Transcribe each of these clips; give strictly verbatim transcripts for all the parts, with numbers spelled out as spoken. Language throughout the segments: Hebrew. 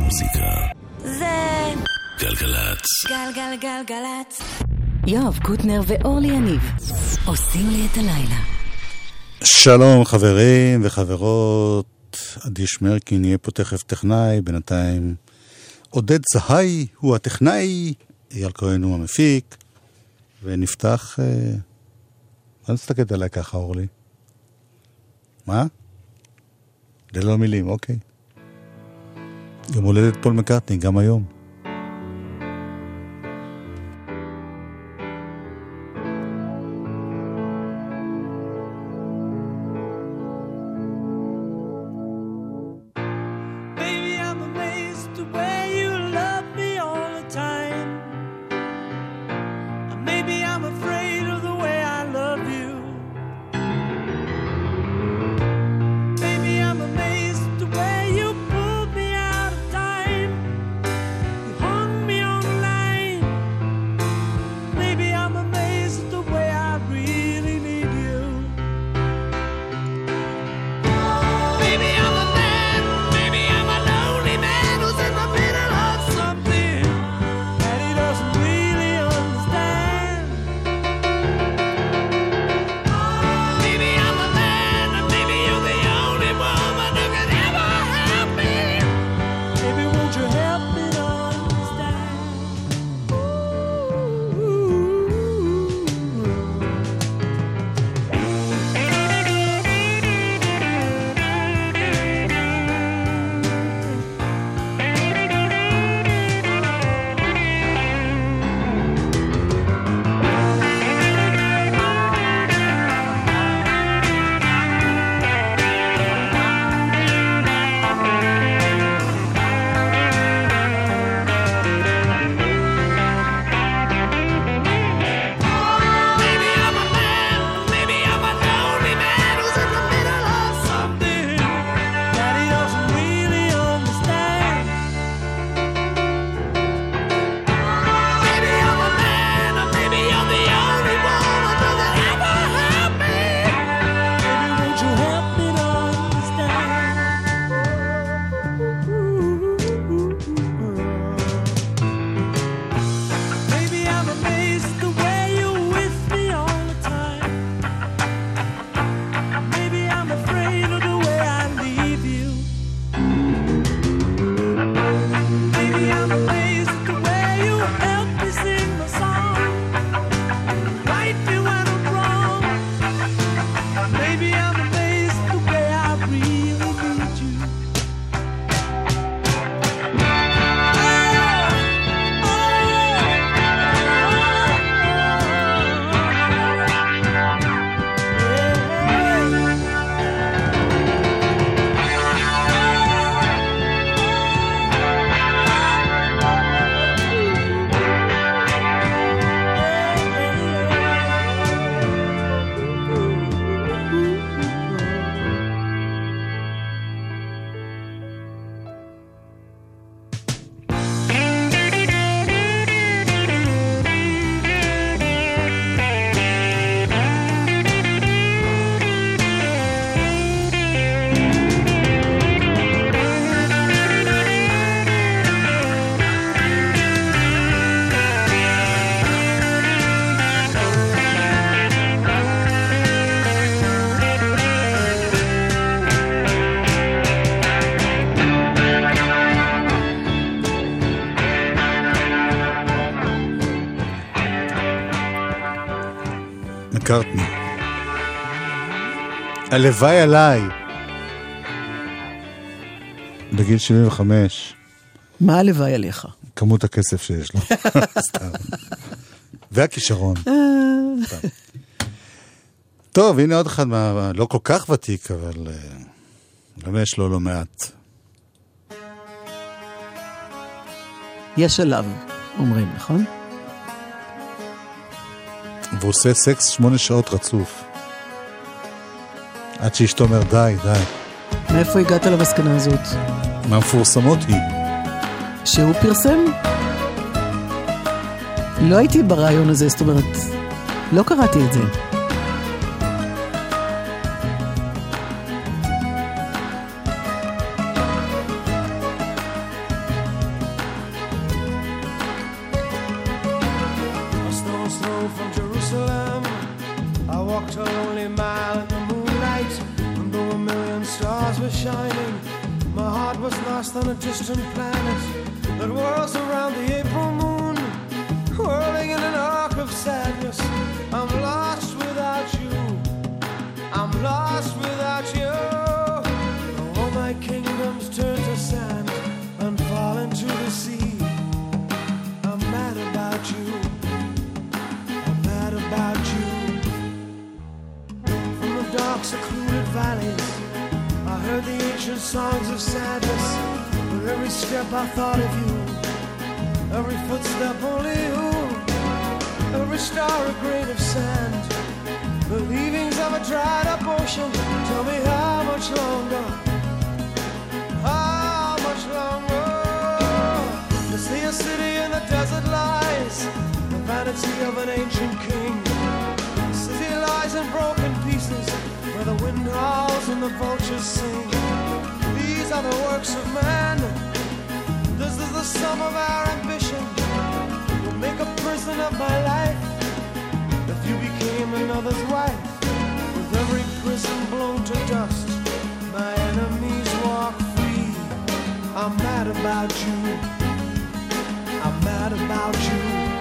המוזיקה זה גלגלצ. גלגלגלגלצ. יואב קוטנר ואורלי יניב עושים לי את הלילה. שלום חברים וחברות, עדי שמרקין יהיה פה תכף טכנאי, בינתיים עודד צהי הוא הטכנאי, אייל כהן הוא המפיק, ונפתח... מה נסתכלת עליי ככה, אורלי? מה? ללא מילים, אוקיי. גם הולדת פול מקרטני, גם היום. מקרטני. הלוואי עליי. בגיל שבעים וחמש. מה הלוואי עליך? כמות הכסף שיש לו. סתם. והכישרון. טוב, הנה עוד אחד, מה, לא כל כך ותיק, אבל גם יש לו לא מעט. יש עליו, אומרים, נכון? והוא עושה סקס שמונה שעות רצוף. עד שאשתו אומר, די, די. מאיפה הגעת למסקנה הזאת? מהמפורסמות היא. שהוא פרסם? לא הייתי ברעיון הזה, זאת אומרת, לא קראתי את זה. lost on a distant planet that whirls around the April moon, whirling in an arc of sadness. I'm lost without you. I'm lost without you. All my kingdoms turn to sand and fall into the sea. I'm mad about you. I'm mad about you. From the dark, secluded valleys, I heard the ancient songs of sadness. With every step I thought of you, every footstep only you, every star a grain of sand, the leavings of a dried up ocean. Tell me how much longer, how much longer? To see a city in the desert lies, the vanity of an ancient king. The city lies in broken pieces, where the wind howls and the vultures sing. These are the works of man. This is the sum of our ambition. We'll make a prison of my life if you became another's wife. With every prison blown to dust, my enemies walk free. I'm mad about you. I'm mad about you.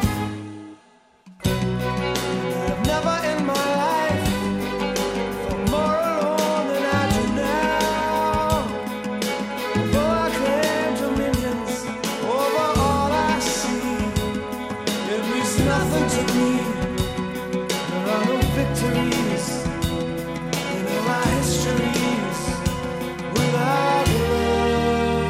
I've never in my life felt more alone than I do now. Though I claim dominions over all I see, it means nothing to me. There are no victories in all our histories without love.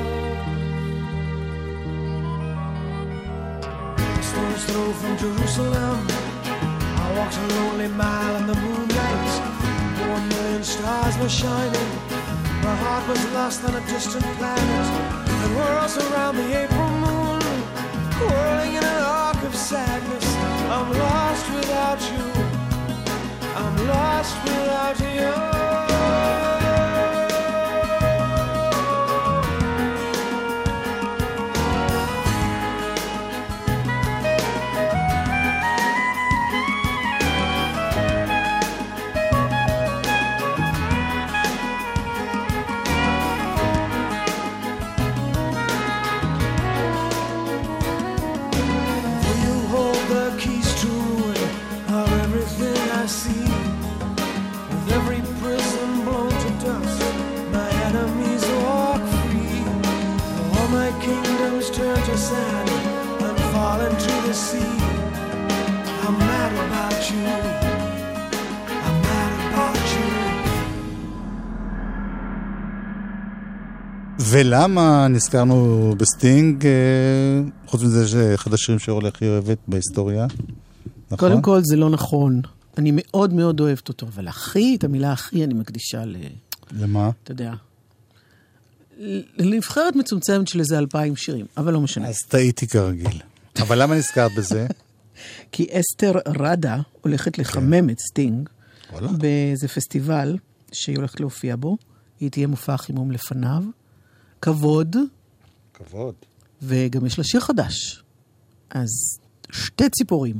A stone's throw from Jerusalem, I walked a lonely mile in the moonlight. One million stars were shining. My heart was lost on a distant planet that whirls around the April moon, whirling in an arc of sadness. I'm lost without you. I'm lost without you. Turn to sand and fall into the sea. I'm mad about you. I'm mad about you. ולמה נזכרנו בסטינג, חוץ מזה שאחד השירים שאורלי הכי אוהבת בהיסטוריה, נכון? קודם כל זה לא נכון. אני מאוד מאוד אוהבת אותו, אבל הכי, את המילה הכי אני מקדישה ל... למה? אתה יודע. לבחרת מצומצמת של איזה אלפיים שירים, אבל לא משנה. אז טעיתי כרגיל. אבל למה נזכרת בזה? כי אסתר רדה הולכת לחמם את סטינג באיזה פסטיבל שהיא הולכת להופיע בו. היא תהיה מופע חימום לפניו. כבוד. כבוד. וגם יש לה שיר חדש. אז שתי ציפורים.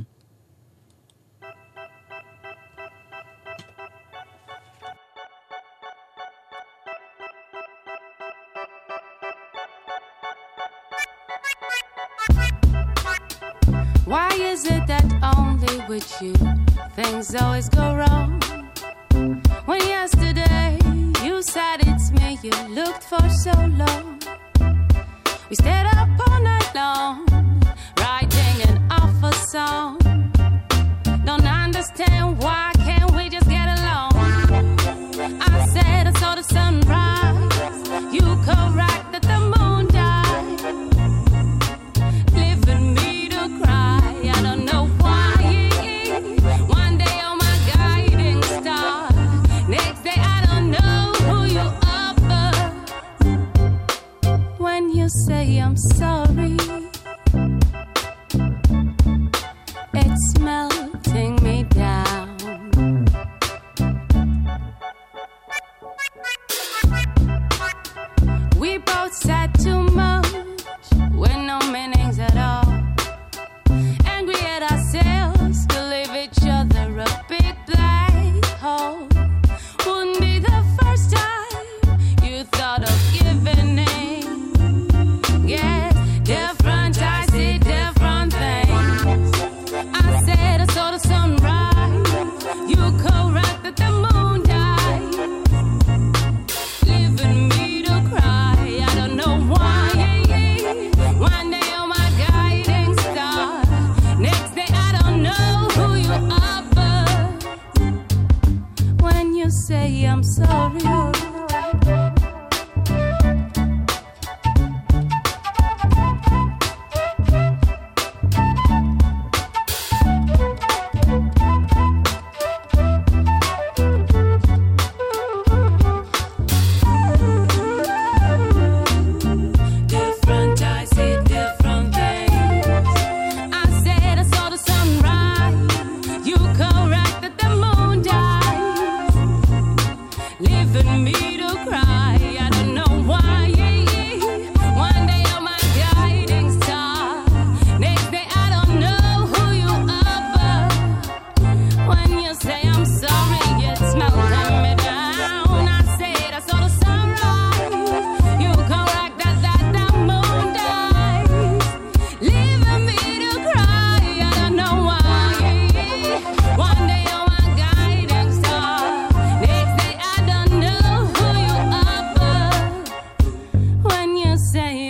Why is it that only with you things always go wrong? When yesterday you said it's me you looked for so long. We stayed up all night long, writing an awful song. Don't understand why can't we just get along? I said I saw the sunrise, you corrected the moon died, leaving me to cry. I don't know why. One day you're my guiding star, next day I don't know who you are, but when you say I'm sorry, it's melting me down. We both said too much with no meanings at all. Angry at ourselves to leave each other a big black hole. Wouldn't be the first time you thought of giving in.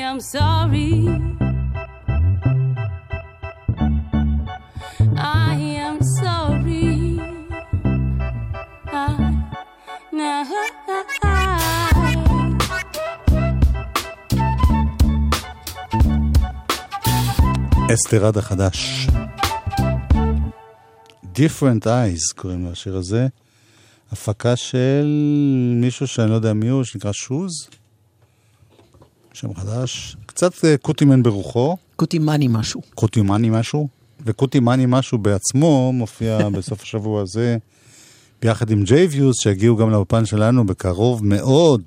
am sorry. I am sorry. I, now, אסתרד החדש. Different Eyes קוראים לשיר הזה. הפקה של מישהו שאני לא יודע מי הוא, שנקרא שוז. שם חדש. קצת קוטימן ברוחו. קוטימני משהו. קוטימני משהו. וקוטימני משהו בעצמו מופיע בסוף השבוע הזה, ביחד עם ג'ייביוס, שהגיעו גם לאופן שלנו בקרוב מאוד.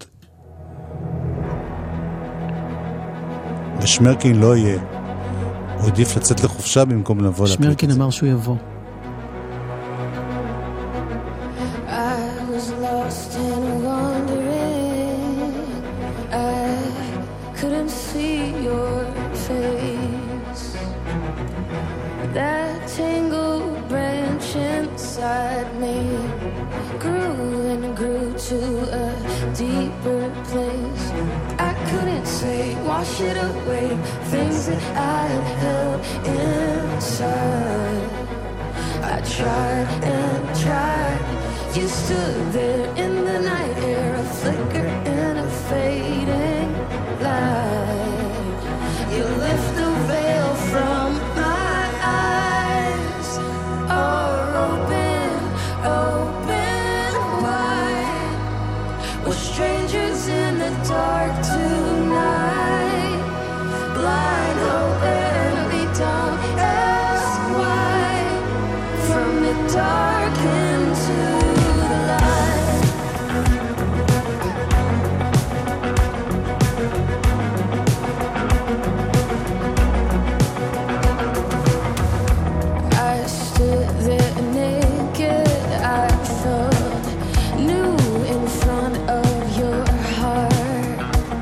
ושמרקין לא יהיה. הוא עדיף לצאת לחופשה במקום לבוא להקליט. שמרקין אמר שהוא יבוא. That tangled branch inside me grew and grew to a deeper place. I couldn't say, wash it away, things that I held inside. I tried and tried. You stood there in the night air, a flicker in a fading light. You lift the veil from my eyes, are open, open wide. We're strangers in the dark tonight, blind hope and we don't ask why. From the dark into the light. I stood there naked, I felt new in front of your heart,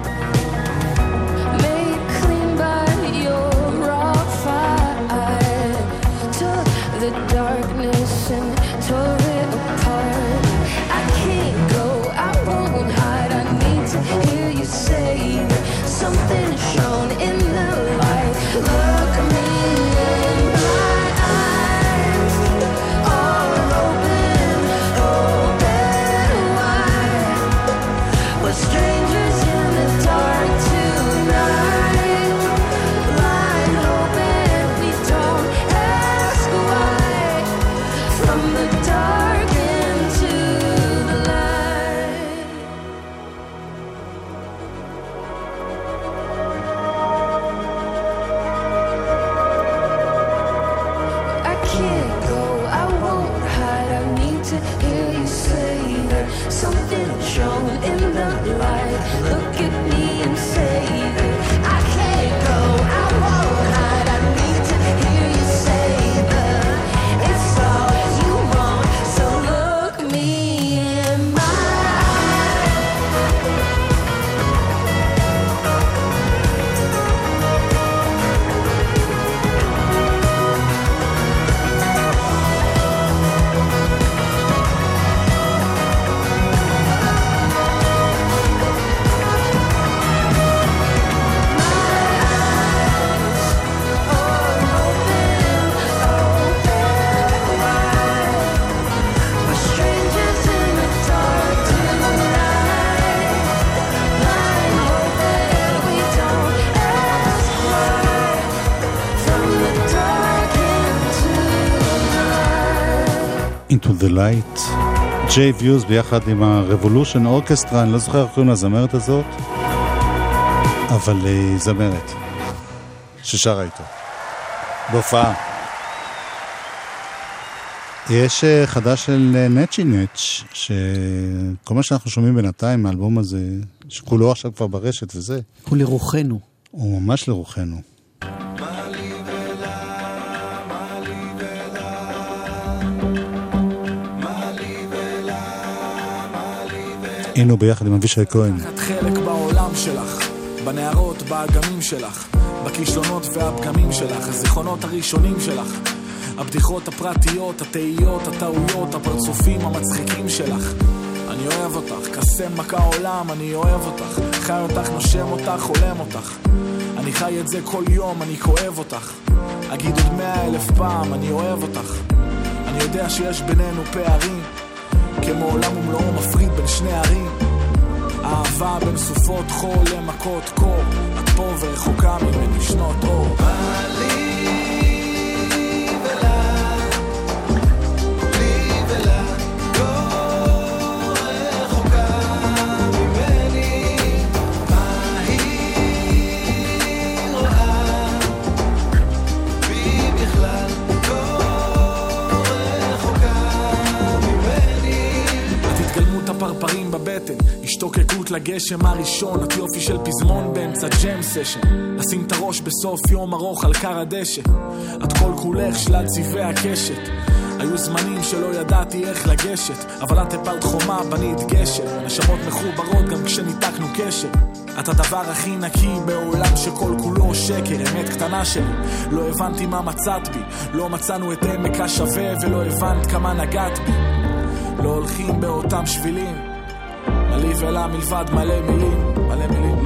made clean by your raw fire. Took the darkness and tore it apart. I can't go, I won't hide. I need to hear you say that something's shown in the light. Look me in my eyes, all open, open wide. We're strangers in the dark tonight, blind hoping we don't ask why. From the dark into the light. I can't go, I won't hide. I need to hear you say that something shown in the light. Look at me and say that I can't go, I won't hide. I need to hear you say that it's all you want. So look me in my Into the Light. ג'ייביוס ביחד עם ה-Revolution Orchestra, אני לא זוכר איך קוראים לזמרת הזאת, אבל היא זמרת ששרה איתו בהופעה. יש חדש של נצ'י נץ', שכל מה שאנחנו שומעים בינתיים מהאלבום הזה, שכולו עכשיו כבר ברשת וזה, הוא לרוחנו. הוא ממש לרוחנו. היינו ביחד עם אבישי כהן. את חלק בעולם שלך, בנערות, באגמים שלך, בכישלונות והפגמים שלך, הזיכרונות הראשונים שלך, הבדיחות הפרטיות, התהיות, הטעויות, הפרצופים המצחיקים שלך. אני אוהב אותך, קסם מכה עולם, אני אוהב אותך, חי אותך, נושם אותך, חולם אותך. אני חי את זה כל יום, אני כואב אותך. אגיד עוד מאה אלף פעם, אני אוהב אותך. אני יודע שיש בינינו פערים, כמו עולם ומלואו מפריד בין שני ערים. אהבה בין סופות חול למכות קור, את פה ורחוקה ממני שנות אור. פרפרים בבטן, השתוקקות לגשם הראשון, את יופי של פזמון באמצע ג'ם סשן, לשים את הראש בסוף יום ארוך על קר הדשא, את כל כולך שלל צבעי הקשת. היו זמנים שלא ידעתי איך לגשת, אבל את הפלת חומה בנית גשר, הנשמות מחוברות גם כשניתקנו קשר. את הדבר הכי נקי בעולם שכל כולו שקר, אמת קטנה שלי, לא הבנתי מה מצאת בי, לא מצאנו את עמק השווה ולא הבנת כמה נגעת בי. לא הולכים באותם שבילים, מלא ולה מלבד מלא מילים, מלא מילים.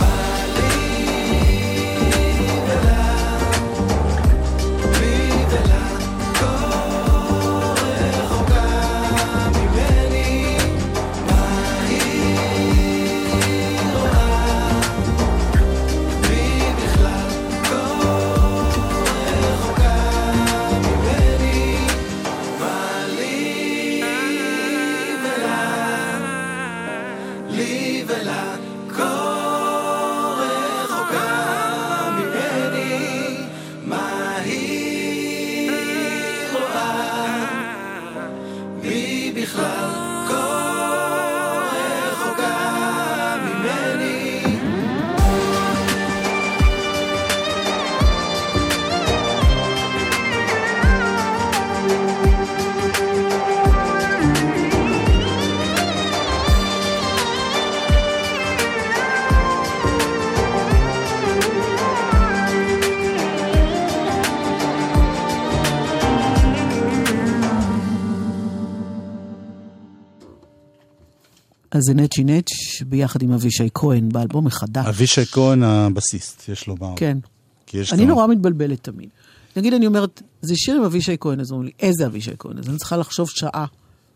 אז זה נצ'י נצ' ביחד עם אבישי כהן, באלבום החדש. אבישי כהן הבסיסט, יש לו מה. כן. אני גם... נורא מתבלבלת תמיד. נגיד, אני אומרת, זה שיר עם אבישי כהן, אז אומרים לי, איזה אבישי כהן? אז אני צריכה לחשוב שעה.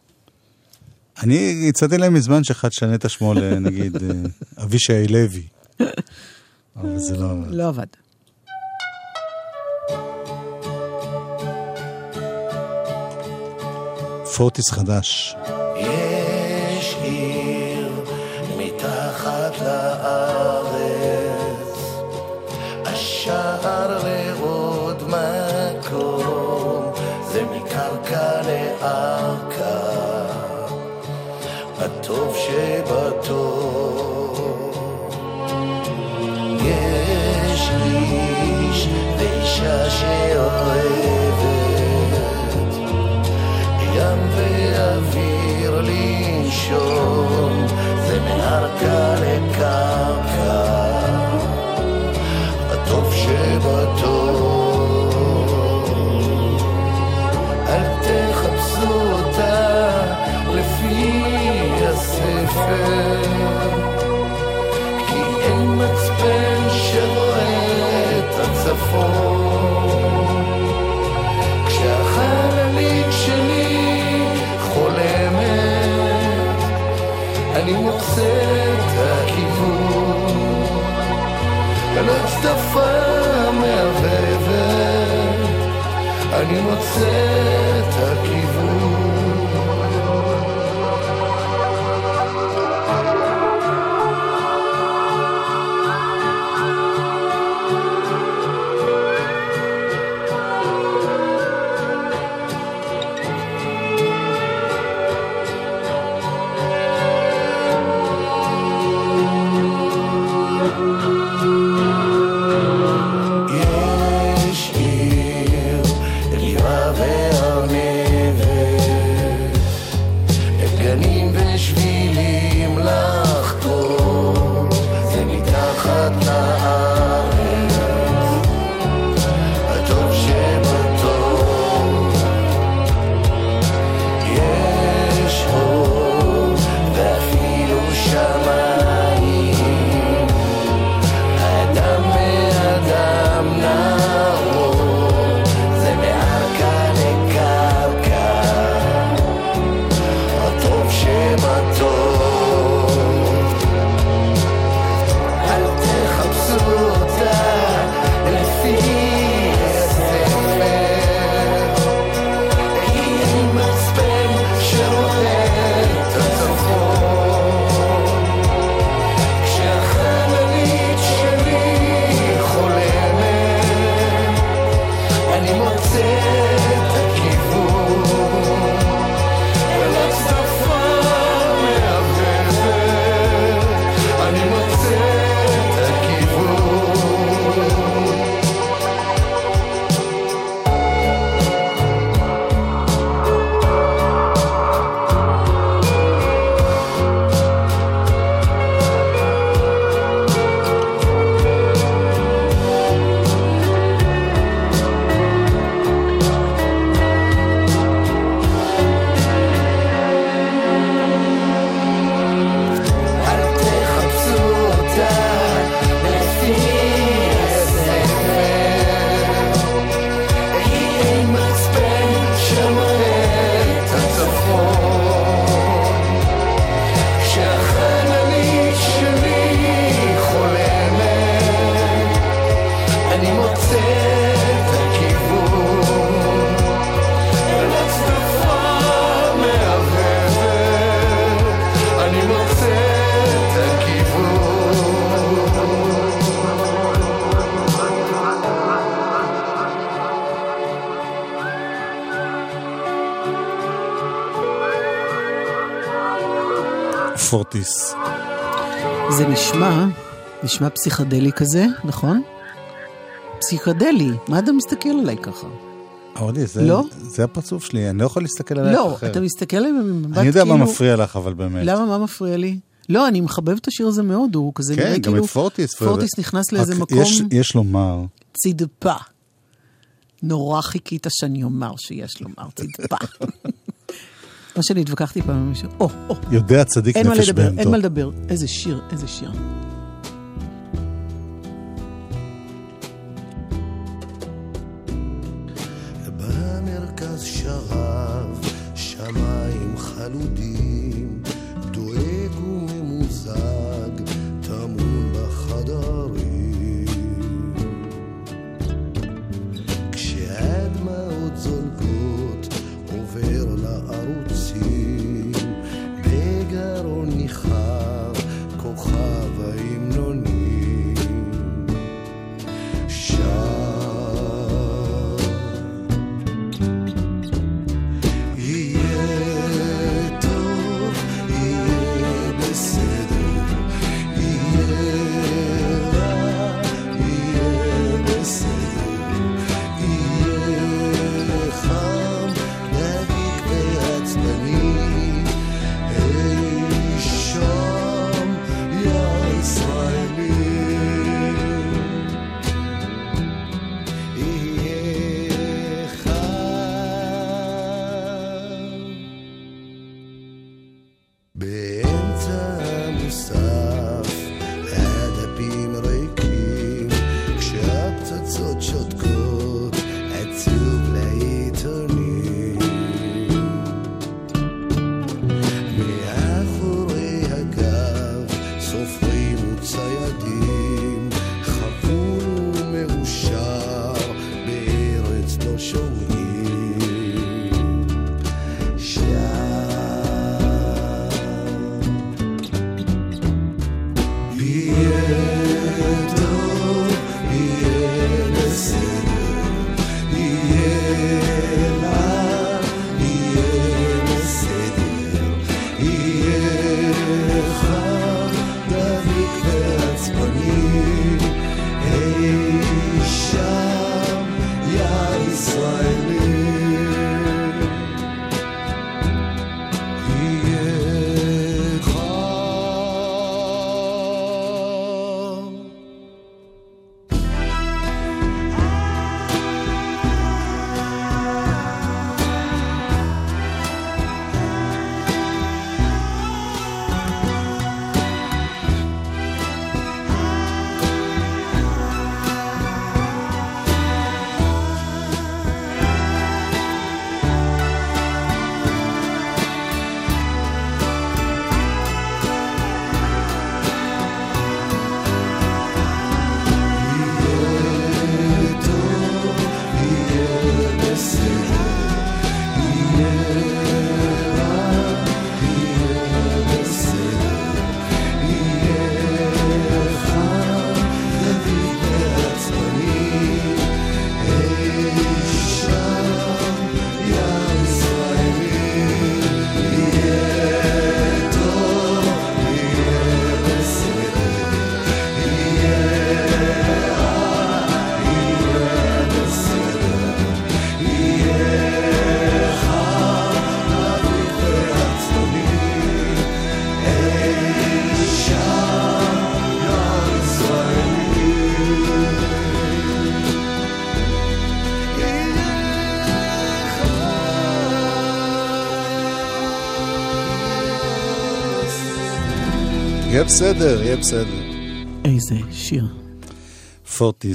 אני הצעתי להם מזמן שאחד שנה את השמו לנגיד אבישי לוי. אבל זה לא עבד. לא עבד. פורטיס חדש. יש עיר מתחת לארץ, השער לעוד מקום, זה מקרקע לארקע, הטוב שבטוב. יש איש ואישה שאוהבת, ים ואוויר לנשום, זה מהרקע לקרקע, הטוב שבטוב. אל תחפשו אותה לפי הספר, כי אין מצפן שרואה את הצפון. כשהחללית שלי חולמת, אני מוצא את הכיוון, על הצדפה מהבבת, אני מוצא את הכיוון. יש עיר, אלירה וארנבת, פורטיס. זה נשמע, נשמע פסיכדלי כזה, נכון? פסיכדלי, מה אתה מסתכל עליי ככה? אורלי, זה, לא? זה הפרצוף שלי, אני לא יכול להסתכל עליי לא, אחר. אתה מסתכל עליי במבט אני יודע כאילו... מה מפריע לך, אבל באמת. למה, מה מפריע לי? לא, אני מחבב את השיר הזה מאוד, הוא כזה כן, נראה גם כאילו... את פורטיס. פורטיס ו... נכנס לאיזה רק מקום... יש, יש לומר. צידפה. נורא חיכית שאני אומר שיש לומר צידפה. מה שאני התווכחתי פעם עם מישהו. או, או. יודע צדיק נפש בהמתו. אין מה לדבר, איזה שיר, איזה שיר. במרכז שרב, שמיים חלודים, דואג וממוזג, תמון בחדרים. כשהדמעות זולגות, עובר לערוצים, בגרון ניחר, כוכב ההמנונים. שם יהיה בסדר, יהיה בסדר. איזה שיר. פורטיס.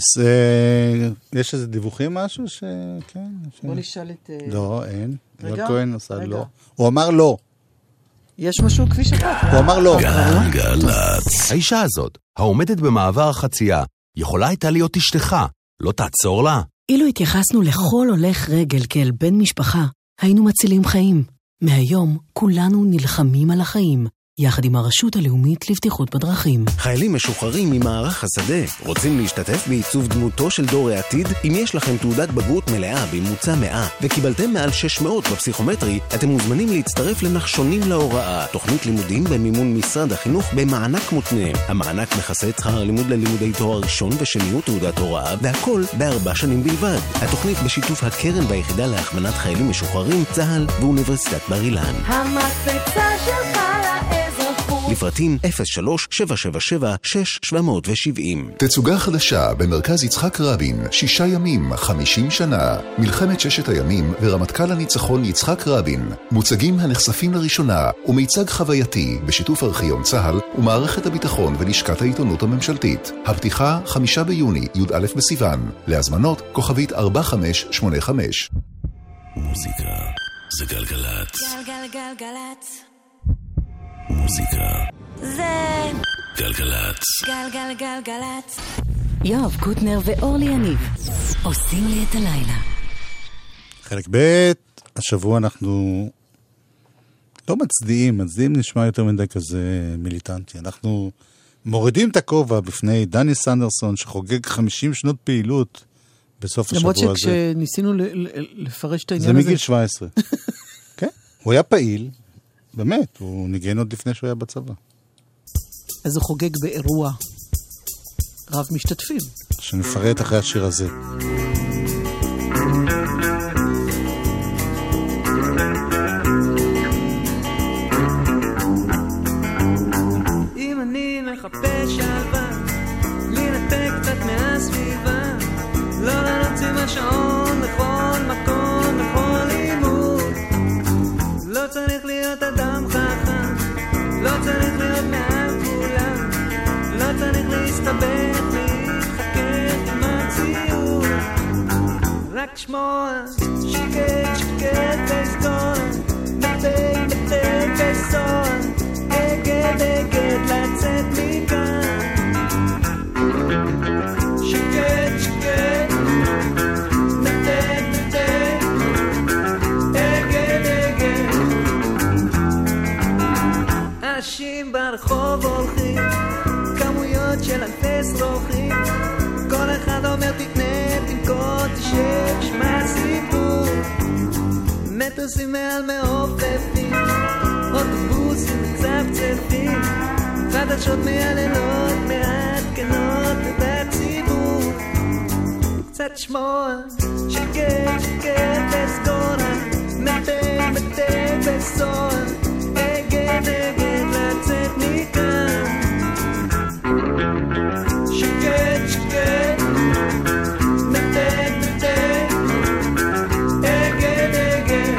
אה, יש איזה דיווחים משהו ש... כן, בוא נשאל את... לא, אין. רגע, כהן עושה רגע. לא. הוא אמר לא. יש משהו כפי שפעת. הוא אמר לא. גלגלצ. האישה הזאת, העומדת במעבר החצייה, יכולה הייתה להיות אשתך. לא תעצור לה? אילו התייחסנו לכל הולך רגל כאל בן משפחה, היינו מצילים חיים. מהיום כולנו נלחמים על החיים. יחד עם הרשות הלאומית לבטיחות בדרכים. חיילים משוחררים ממערך השדה, רוצים להשתתף בעיצוב דמותו של דור העתיד? אם יש לכם תעודת בגרות מלאה בממוצע מאה וקיבלתם מעל שש מאות בפסיכומטרי, אתם מוזמנים להצטרף לנחשונים להוראה, תוכנית לימודים במימון משרד החינוך במענק מותנה. המענק מכסה את שכר הלימוד ללימודי תואר ראשון ושניות תעודת הוראה, והכל בארבע שנים בלבד. התוכנית בשיתוף הקרן והיחידה להכוונת חיילים משוחררים, צה"ל ואוניברסיטת בר אילן. המקפצה שלך לאזרחות. לפרטים אפס שלוש שבע שבע שבע שש שבע שבע אפס. תצוגה חדשה במרכז יצחק רבין, שישה ימים, חמישים שנה. מלחמת ששת הימים ורמטכ"ל הניצחון יצחק רבין. מוצגים הנחשפים לראשונה ומיצג חווייתי בשיתוף ארכיון צה"ל ומערכת הביטחון ולשכת העיתונות הממשלתית. הפתיחה חמישה ביוני, י"א בסיוון. להזמנות כוכבית ארבע חמש שמונה חמש. מוזיקה זה גלגלת. גלגלגלגלת. מוזיקה זה גלגלת. גלגלגלגלת. יואב קוטנר ואורלי יניב עושים לי את הלילה. חלק ב' השבוע אנחנו לא מצדיעים, מצדיעים נשמע יותר מדי כזה מיליטנטי. אנחנו מורידים את הכובע בפני דני סנדרסון שחוגג חמישים שנות פעילות בסוף השבוע הזה. למרות שכשניסינו לפרש את העניין הזה. הזה. זה מגיל שבע עשרה. כן, הוא היה פעיל. באמת, הוא ניגן עוד לפני שהוא היה בצבא. אז הוא חוגג באירוע רב משתתפים. שנפרט אחרי השיר הזה. אם אני מחפש אהבה, לנתק קצת מהסביבה, לא לנוציא מהשעון לכל מקום, לכל לימוד. לא צריך להיות אדם חכם, לא צריך להיות מעל כולם, לא צריך להסתבך, להתחכך עם הציור, רק לשמוע שקט שקט וסגור, מתי מתי וסור, אגד אגד לצאת מכאן, שקט שקט מתי מתי אגד אגד. אנשים ברחוב הולכים, כמויות של אלפי שרוכים, כל אחד אומר תקנה, תנקוט, תשב, שמע סיפור, מטוסים מעל מעופפים, אוטובוסים מצפצפים, חדשות מהלילות מעדכנות את הציבור, קצת שמוע, שקט שקט וסגורה, מתי מתי וסור, אגד אגד לצאת מכאן, שקט שקט מתי מתי אגד אגד.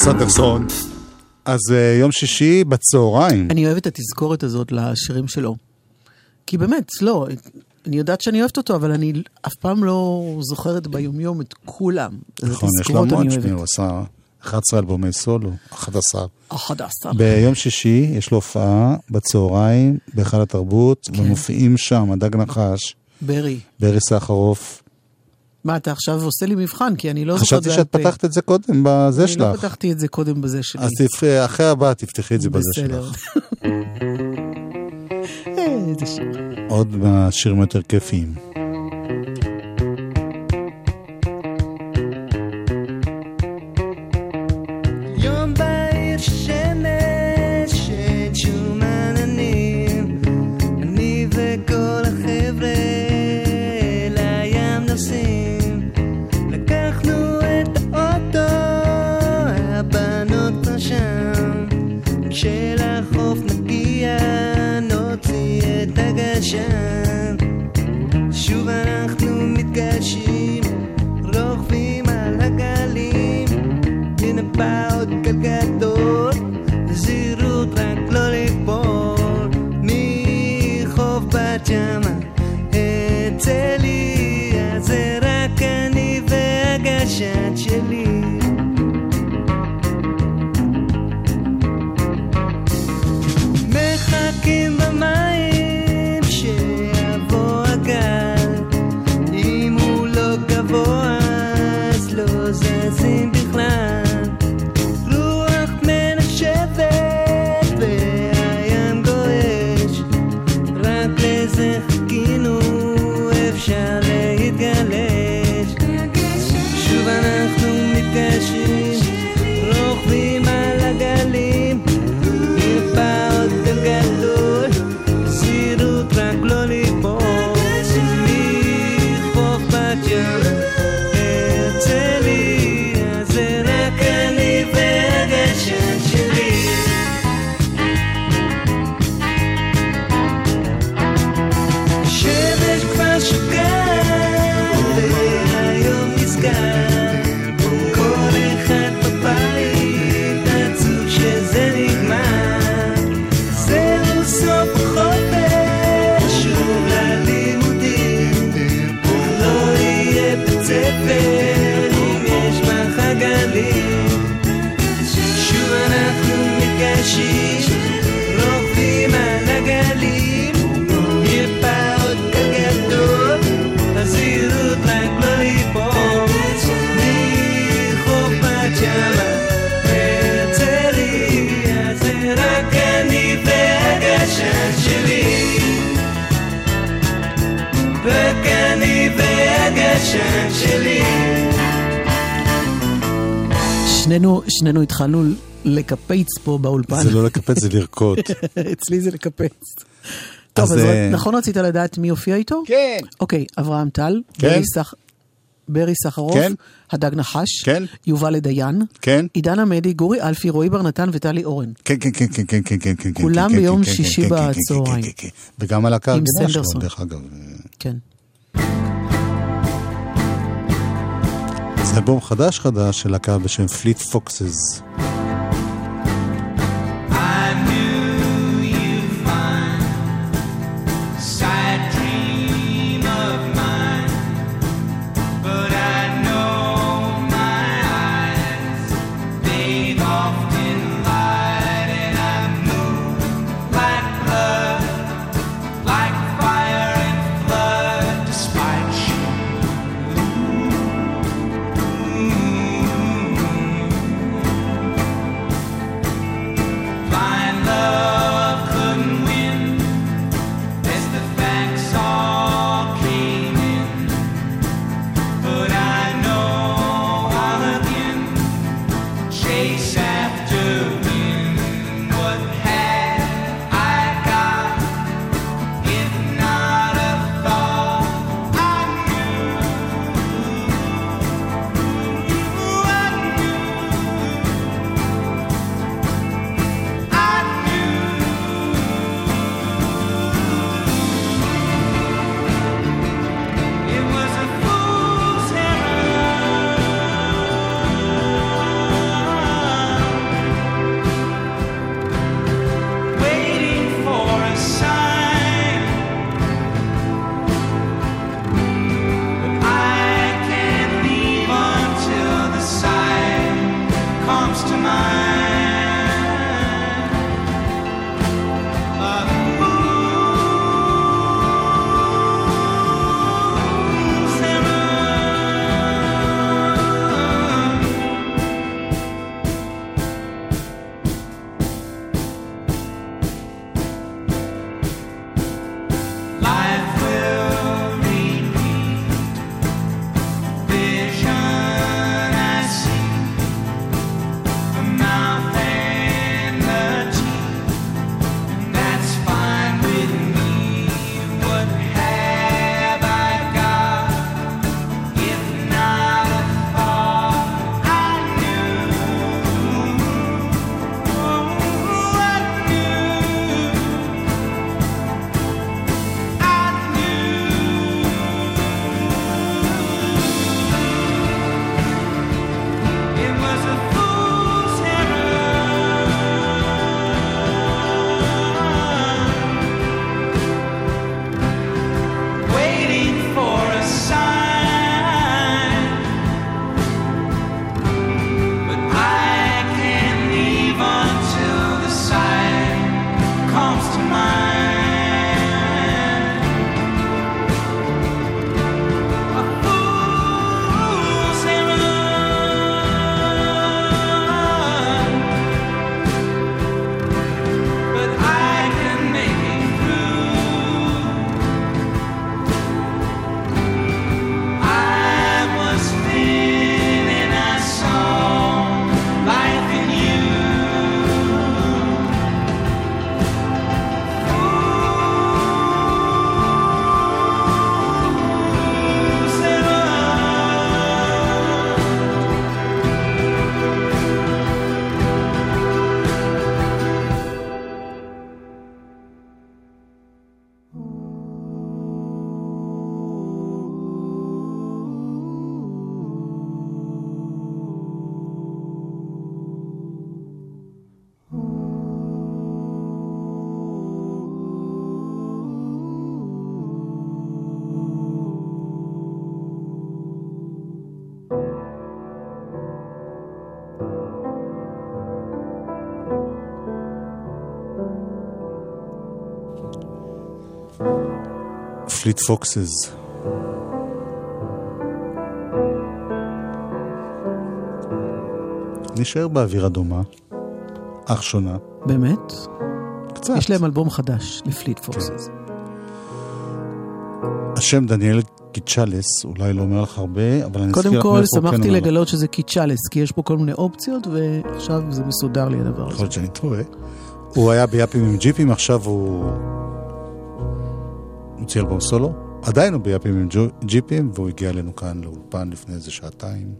סנדרסון. אז יום שישי בצהריים. אני אוהבת את התזכורת הזאת לשירים שלו. כי באמת, לא, אני יודעת שאני אוהבת אותו, אבל אני אף פעם לא זוכרת ביומיום את כולם. נכון, יש לו מאוד שמי, הוא עשה אחד עשר אלבומי סולו, אחד עשר. אחד עשר. ביום שישי יש לו הופעה בצהריים, בהיכל התרבות, ומופיעים שם, הדג נחש. ברי. ברי סחרוף. מה, אתה עכשיו עושה לי מבחן, כי אני לא זוכרת... חשבתי שאת פתחת את זה קודם בזה שלך. אני לא פתחתי את זה קודם בזה שלי. אז אחרי הבא תפתחי את זה בזה שלך. עוד מהשירים יותר כיפיים. יום בעיר שמש ששום עננים, אני וכל החבר'ה לים נוסעים, לקחנו את האוטו, הבנות כבר שם, כשלחוף נגיע נוציא את הגשם, שוב אנחנו מתגשים, רוכבים על הגלים, הנה בא עוד גלגדול, זהירות רק לא ליפול, מחוף בת ימה אצא לי, אז זה רק אני והגשת שלי. מחכים במים שיבוא הגל, אם הוא לא גבוה אז לא זזים בכלל, רוח מנשבת והים גועש, רק לזה חיכינו, אפשר להתגלש, שוב אנחנו מתגשים, רוכבים על הגלים, נרפא עוד גלגדול, זהירות רק לא ליפול, מחוף בת ים אצא לי, אז זה רק אני והגשם שלי. שמש כבר שוקעת והיום נסגר, כל אחד בבית עצוב שזה נגמר, זהו סוף החופש, שוב ללימודים, לא יהיה בית ספר אם יש בחג גלים, שוב אנחנו מתגשים, רוכבים על הגלים, ירפא עוד גדול, הזהירות רק לא ליפול, מחוף בת ימה אצא לי, אז זה רק אני והגשת שלי, רק אני והגשת שלי. שנינו, שנינו התחלנו לקפץ פה באולפן. זה לא לקפץ, זה לרקוד. אצלי זה לקפץ. טוב, אז נכון רצית לדעת מי הופיע איתו? כן. אוקיי, אברהם טל, ברי סחרוף, הדג נחש, יובל לדיין, עידן עמדי, גורי אלפי, רועי בר נתן וטלי אורן. כן, כן, כן, כן, כן, כן, כן. כולם ביום שישי בצהריים. וגם על הקהל גינה שלו, דרך אגב. כן. זה אלבום חדש חדש של הקהל בשם פליט פוקסס. Despite you. פליט פוקסס. נשאר באווירה דומה, אך שונה. באמת? קצת. יש להם אלבום חדש, לפליט פוקסס. השם דניאל קיצ'לס, אולי לא אומר לך הרבה, אבל אני אזכיר לך מאיפה קודם הוא כל, כן שמחתי אומר לגלות שזה קיצ'לס, כי יש פה כל מיני אופציות, ועכשיו זה מסודר לי הדבר הזה. יכול להיות שאני טועה. הוא היה ביאפים עם ג'יפים, עכשיו הוא מוציא אלבום סולו. עדיין הוא ביאפים עם ג'יפים, והוא הגיע אלינו כאן לאולפן לפני איזה שעתיים.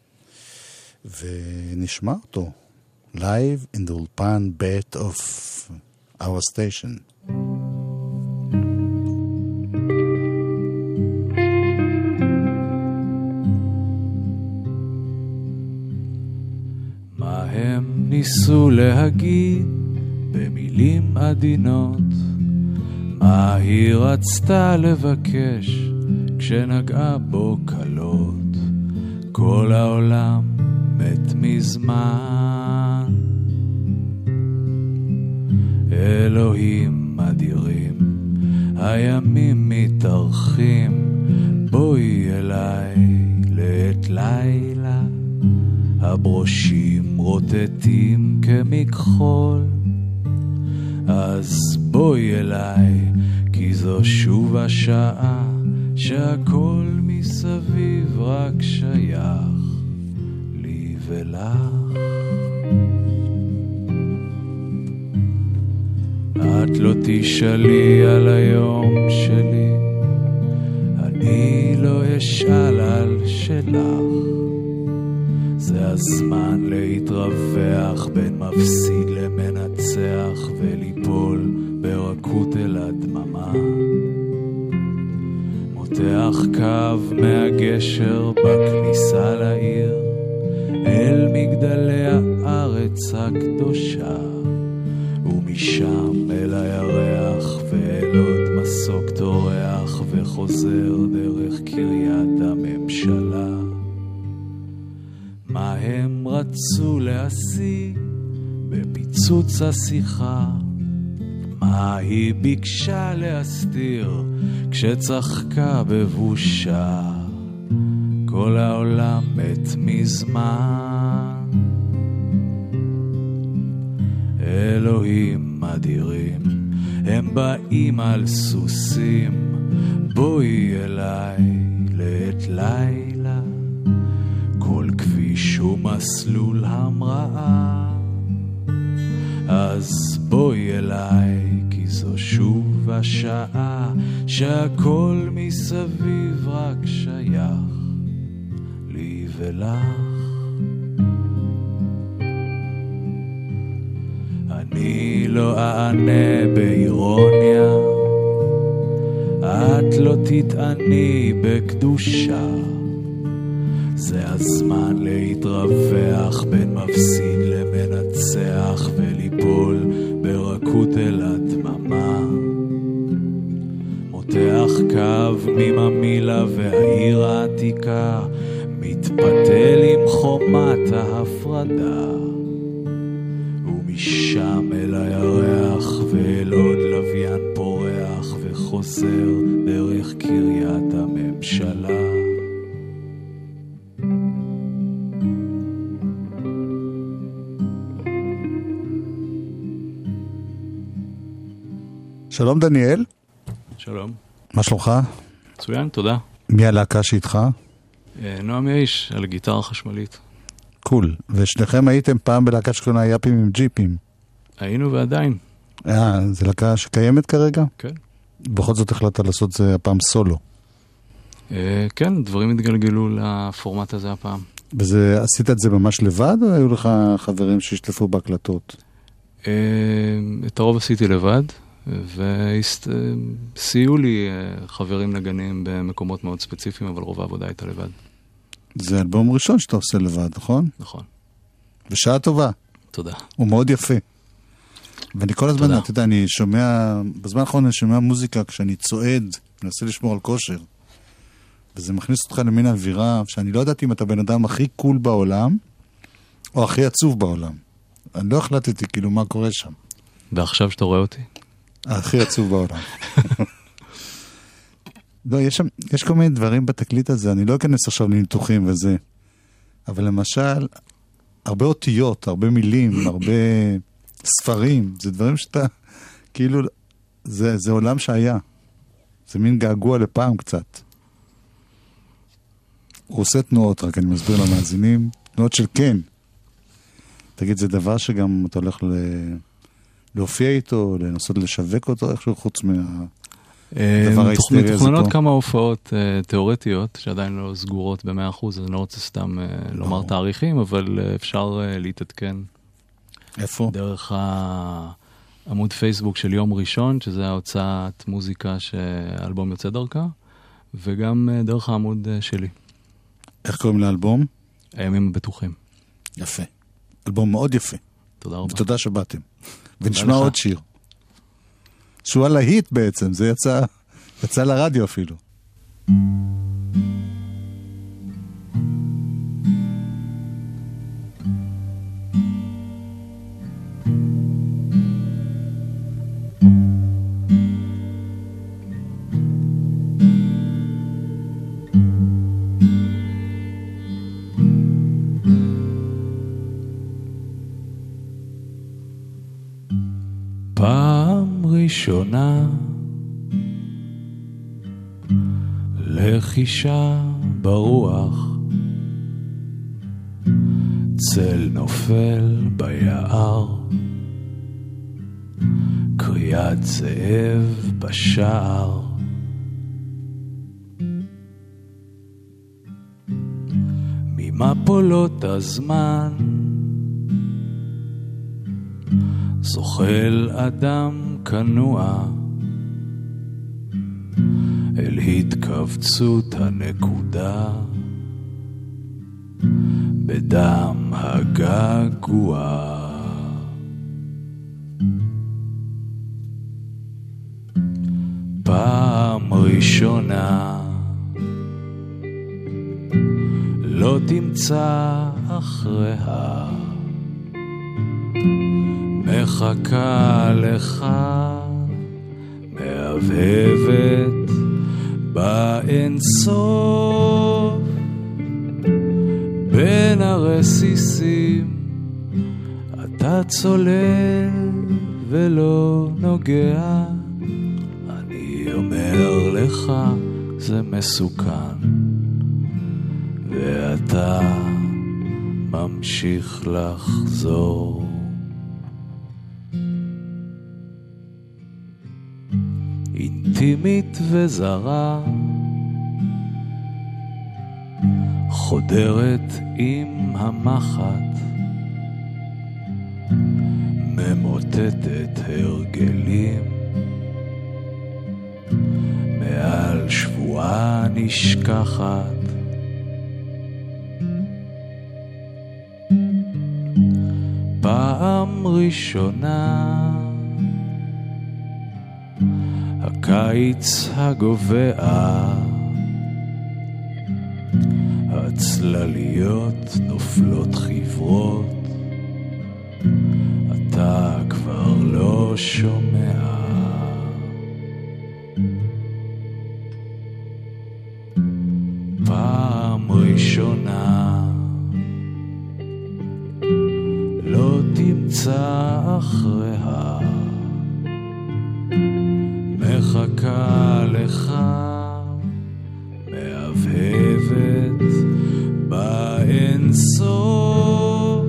ונשמע אותו. Live in the אולפן bed of our station. מה הם ניסו להגיד במילים עדינות? מה היא רצתה לבקש כשנגעה בו קלות? כל העולם מת מזמן, אלוהים אדירים, הימים מתארחים, בואי אליי לעת לילה, הברושים רוטטים כמכחול, אז בואי אליי, כי זו שוב השעה שהכל מסביב רק שייך לי ולך. את לא תשאלי על היום שלי, אני לא אשאל על שלך. זה הזמן להתרווח בין מפסיד למנצח וליפול ברכות אל הדממה. מותח קו מהגשר בכניסה לעיר אל מגדלי הארץ הקדושה, ומשם אל הירח ואל עוד מסוק תורח וחוזר דרך קריית הממשלה. מה הם רצו להשיג בפיצוץ השיחה? מה היא ביקשה להסתיר כשצחקה בבושה? כל העולם מת מזמן, אלוהים אדירים, הם באים על סוסים, בואי אליי לעת לילה, כל כביש הוא מסלול המראה, אז בואי אליי, כי זו שוב השעה שהכל מסביב רק שייך לי ולך. אני לא אענה באירוניה, את לא תתעני בקדושה, זה הזמן להתרווח בין מפסיד למנצח וליפול ברכות אל הדממה. מותח קו מממילה והעיר העתיקה מתפתל עם חומת ההפרדה, ומשם אל הירח ואל עוד לוויין פורח וחוזר דרך קריית הממשלה. שלום דניאל. שלום. מה שלומך? מצוין, תודה. מי הלהקה שאיתך? נועם יאיש, על גיטרה חשמלית. קול. ושניכם הייתם פעם בלהקה שקוראים יאפים עם ג'יפים. היינו ועדיין. אה, זה להקה שקיימת כרגע? כן. בכל זאת החלטת לעשות זה הפעם סולו. כן, דברים התגלגלו לפורמט הזה הפעם. וזה, עשית את זה ממש לבד, או היו לך חברים שהשתתפו בהקלטות? את הרוב עשיתי לבד. וסייעו לי חברים נגנים במקומות מאוד ספציפיים, אבל רוב העבודה הייתה לבד. זה אלבום ראשון שאתה עושה לבד, נכון? נכון. בשעה טובה. תודה. הוא מאוד יפה. ואני כל הזמן, אתה יודע, אני שומע, בזמן האחרון אני שומע מוזיקה כשאני צועד, מנסה לשמור על כושר. וזה מכניס אותך למין אווירה, שאני לא יודעת אם אתה בן אדם הכי קול בעולם, או הכי עצוב בעולם. אני לא החלטתי כאילו מה קורה שם. ועכשיו שאתה רואה אותי? הכי עצוב בעולם. לא, יש, שם, יש כל מיני דברים בתקליט הזה, אני לא אכנס עכשיו לניתוחים וזה, אבל למשל, הרבה אותיות, הרבה מילים, הרבה ספרים, זה דברים שאתה, כאילו, זה, זה עולם שהיה. זה מין געגוע לפעם קצת. הוא עושה תנועות, רק אני מסביר למאזינים, תנועות של כן. תגיד, זה דבר שגם אתה הולך ל... להופיע איתו, לנסות לשווק אותו, איכשהו חוץ מה... דבר ההיסטרי הזה פה. מתוכננות כמה הופעות תיאורטיות, שעדיין לא סגורות ב-מאה אחוז, אז אני לא רוצה סתם לומר תאריכים, אבל אפשר להתעדכן. איפה? דרך העמוד פייסבוק של יום ראשון, שזה ההוצאת מוזיקה שהאלבום יוצא דרכה, וגם דרך העמוד שלי. איך קוראים לאלבום? הימים הבטוחים. יפה. אלבום מאוד יפה. תודה רבה. ותודה שבאתם. ונשמע עוד שיר. שהוא על ההיט בעצם, זה יצא, יצא לרדיו אפילו. פעם ראשונה לחישה ברוח, צל נופל ביער, קריאת זאב בשער, ממפולות הזמן זוחל אדם כנוע אל התכווצות הנקודה בדם הגעגוע. פעם ראשונה לא תמצא אחריה, מחכה לך מהבהבת באינסוף בין הרסיסים, אתה צולל ולא נוגע, אני אומר לך זה מסוכן, ואתה ממשיך לחזור. אינטימית וזרה, חודרת עם המחט, ממוטטת הרגלים, מעל שבועה נשכחת. פעם ראשונה הקיץ הגובע, הצלליות נופלות חברות, אתה כבר לא שומע. פעם ראשונה לא תמצא אחריה, מחכה לך מהבהבת באינסוף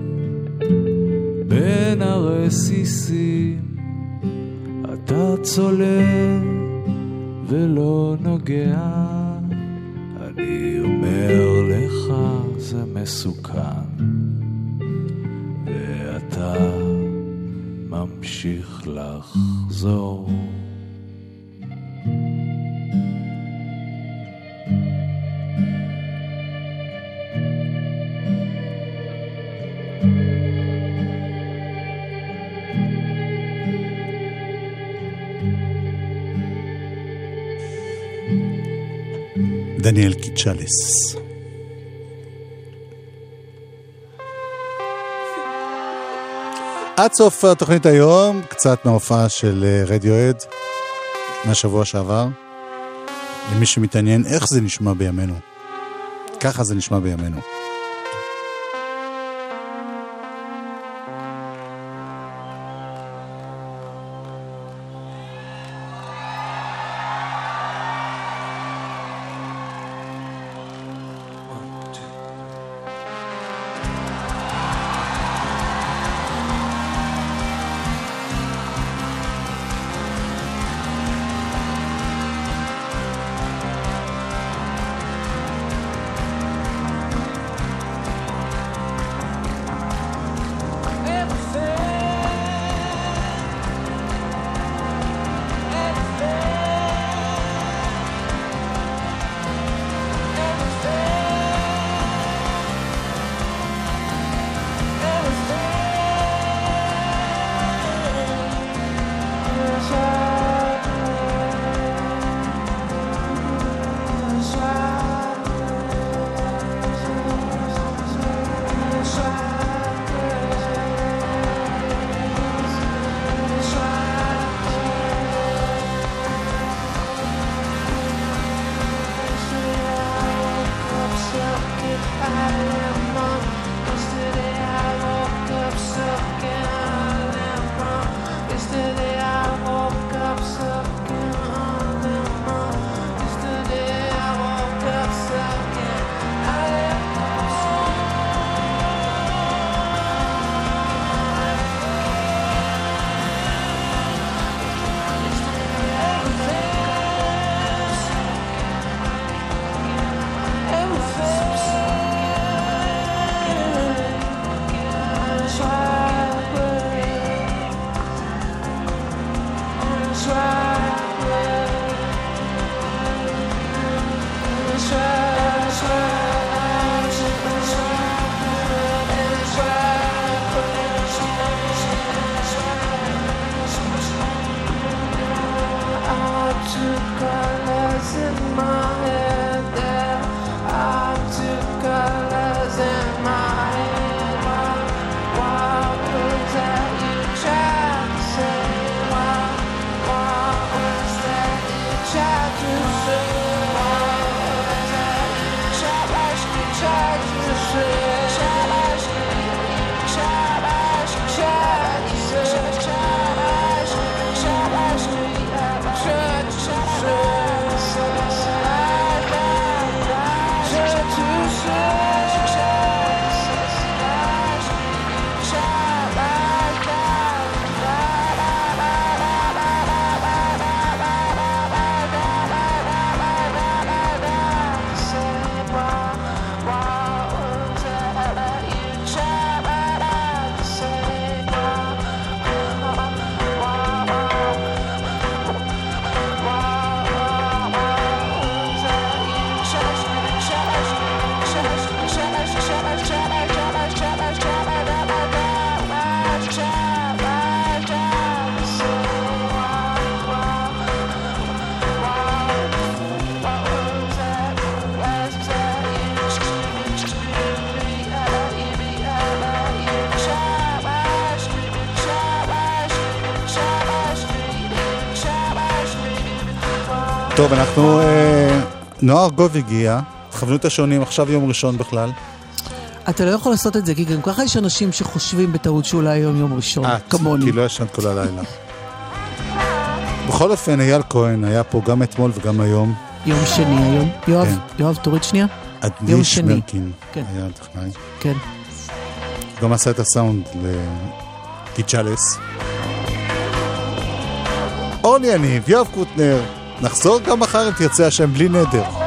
בין הרסיסים, אתה צולל ולא נוגע, אני אומר לך זה מסוכן, ואתה ממשיך לחזור. דניאל קיצ'לס. עד סוף התוכנית היום, קצת מההופעה של רדיואד מהשבוע שעבר. למי שמתעניין איך זה נשמע בימינו. ככה זה נשמע בימינו. טוב, אנחנו... נועה ארגוב הגיע, תכוונו את השעונים, עכשיו יום ראשון בכלל. אתה לא יכול לעשות את זה, כי גם ככה יש אנשים שחושבים בטעות שאולי היום יום ראשון, כמוני. כי לא ישנת כל הלילה. בכל אופן, אייל כהן היה פה גם אתמול וגם היום. יום שני היום. יואב, יואב, תוריד שנייה. עדני שמרקין היה טכנאי. כן. גם עשה את הסאונד לגיצ'לס. אורלי יניב, יואב קוטנר, נחזור גם מחר אם תרצה השם בלי נדר.